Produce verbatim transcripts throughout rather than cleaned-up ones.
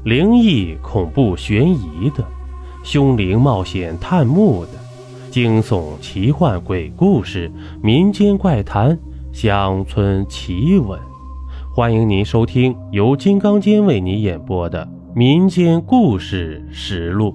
灵异、恐怖、悬疑的，凶灵冒险探墓的，惊悚、奇幻、鬼故事、民间怪谈、乡村奇闻。欢迎您收听由金刚间为你演播的民间故事实录。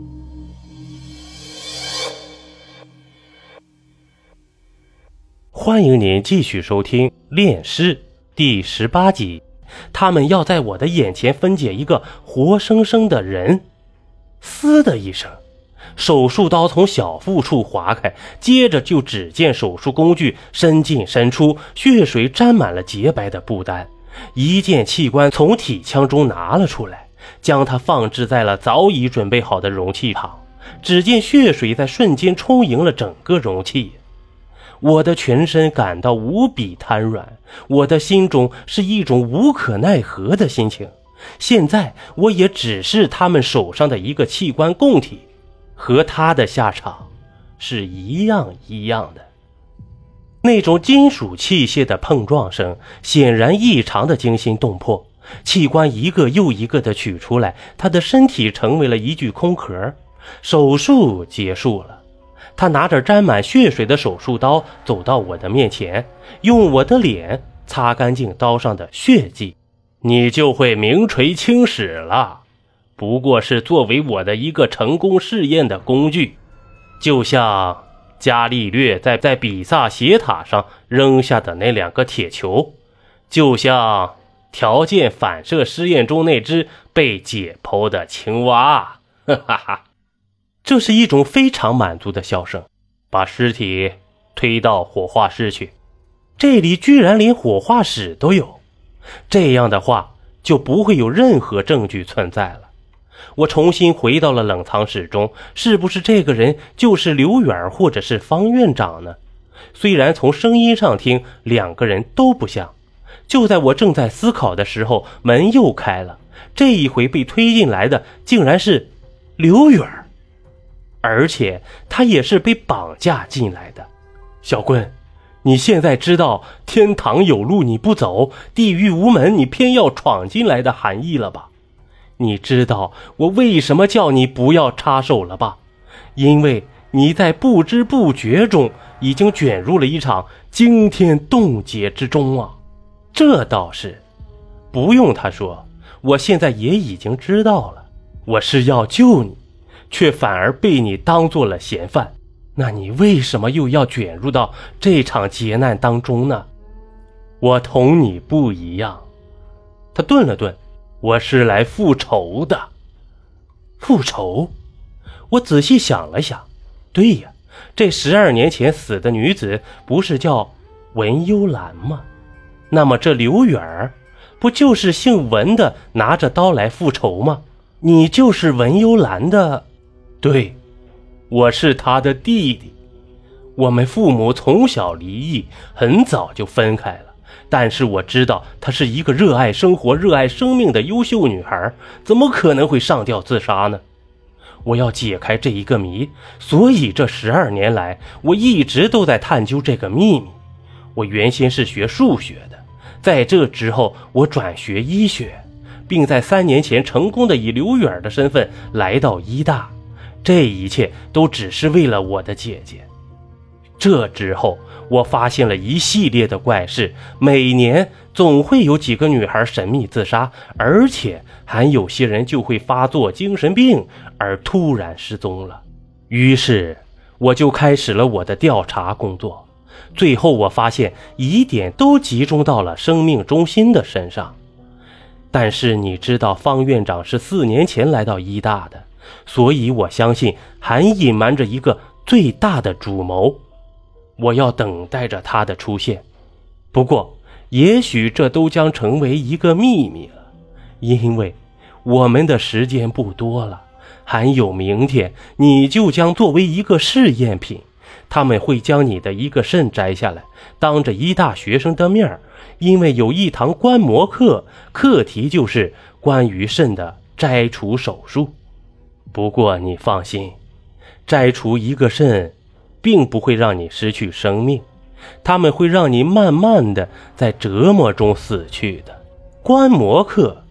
欢迎您继续收听《炼尸》第十八集。他们要在我的眼前分解一个活生生的人。嘶的一声，手术刀从小腹处划开，接着就只见手术工具伸进伸出，血水沾满了洁白的布单。一件器官从体腔中拿了出来，将它放置在了早已准备好的容器旁。只见血水在瞬间充盈了整个容器。我的全身感到无比瘫软，我的心中是一种无可奈何的心情。现在我也只是他们手上的一个器官供体，和他的下场是一样一样的。那种金属器械的碰撞声显然异常的惊心动魄，器官一个又一个的取出来，他的身体成为了一具空壳。手术结束了，他拿着沾满血水的手术刀走到我的面前，用我的脸擦干净刀上的血迹。你就会名垂青史了，不过是作为我的一个成功试验的工具，就像伽利略在在比萨斜塔上扔下的那两个铁球，就像条件反射试验中那只被解剖的青蛙。哈哈哈。这是一种非常满足的笑声。把尸体推到火化室去，这里居然连火化室都有，这样的话就不会有任何证据存在了。我重新回到了冷藏室中，是不是这个人就是刘远或者是方院长呢？虽然从声音上听两个人都不像。就在我正在思考的时候，门又开了，这一回被推进来的竟然是刘远，而且他也是被绑架进来的。小棍，你现在知道天堂有路你不走，地狱无门你偏要闯进来的含义了吧？你知道我为什么叫你不要插手了吧？因为你在不知不觉中已经卷入了一场惊天动劫之中啊！这倒是，不用他说，我现在也已经知道了。我是要救你，却反而被你当作了嫌犯，那你为什么又要卷入到这场劫难当中呢？我同你不一样。他顿了顿，我是来复仇的。复仇？我仔细想了想，对呀，这十二年前死的女子不是叫文幽兰吗？那么这刘远不就是姓文的拿着刀来复仇吗？你就是文幽兰的？对，我是他的弟弟。我们父母从小离异，很早就分开了，但是我知道她是一个热爱生活、热爱生命的优秀女孩，怎么可能会上吊自杀呢？我要解开这一个谜，所以这十二年来我一直都在探究这个秘密。我原先是学数学的，在这之后我转学医学，并在三年前成功的以刘远的身份来到医大。这一切都只是为了我的姐姐。这之后我发现了一系列的怪事，每年总会有几个女孩神秘自杀，而且还有些人就会发作精神病而突然失踪了。于是我就开始了我的调查工作，最后我发现疑点都集中到了生命中心的身上。但是你知道方院长是四年前来到医大的，所以我相信还隐瞒着一个最大的主谋。我要等待着他的出现，不过也许这都将成为一个秘密了，因为我们的时间不多了，还有明天你就将作为一个试验品，他们会将你的一个肾摘下来，当着医大学生的面，因为有一堂观摩课，课题就是关于肾的摘除手术。不过你放心，摘除一个肾并不会让你失去生命，他们会让你慢慢的在折磨中死去的。观摩课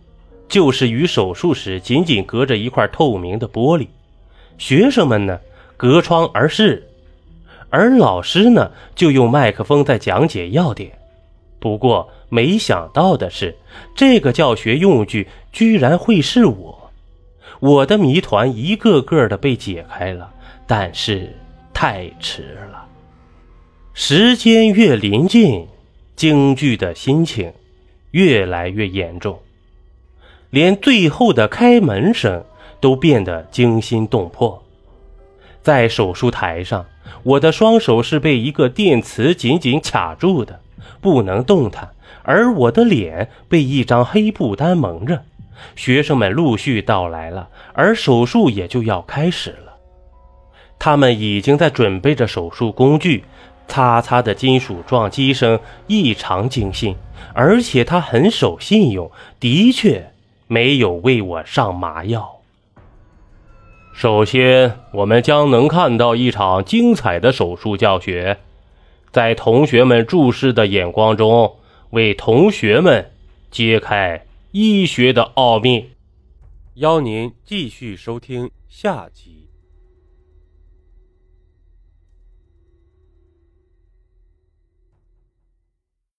就是与手术室仅仅隔着一块透明的玻璃，学生们呢隔窗而视，而老师呢就用麦克风在讲解要点。不过没想到的是，这个教学用具居然会是我。我的谜团一个个的被解开了，但是太迟了。时间越临近，惊惧的心情越来越严重，连最后的开门声都变得惊心动魄。在手术台上，我的双手是被一个电磁紧紧卡住的，不能动弹，而我的脸被一张黑布单蒙着。学生们陆续到来了，而手术也就要开始了。他们已经在准备着手术工具，擦擦的金属撞击声异常惊心，而且他很守信用，的确没有为我上麻药。首先，我们将能看到一场精彩的手术教学，在同学们注视的眼光中，为同学们揭开医学的奥秘。邀您继续收听下集。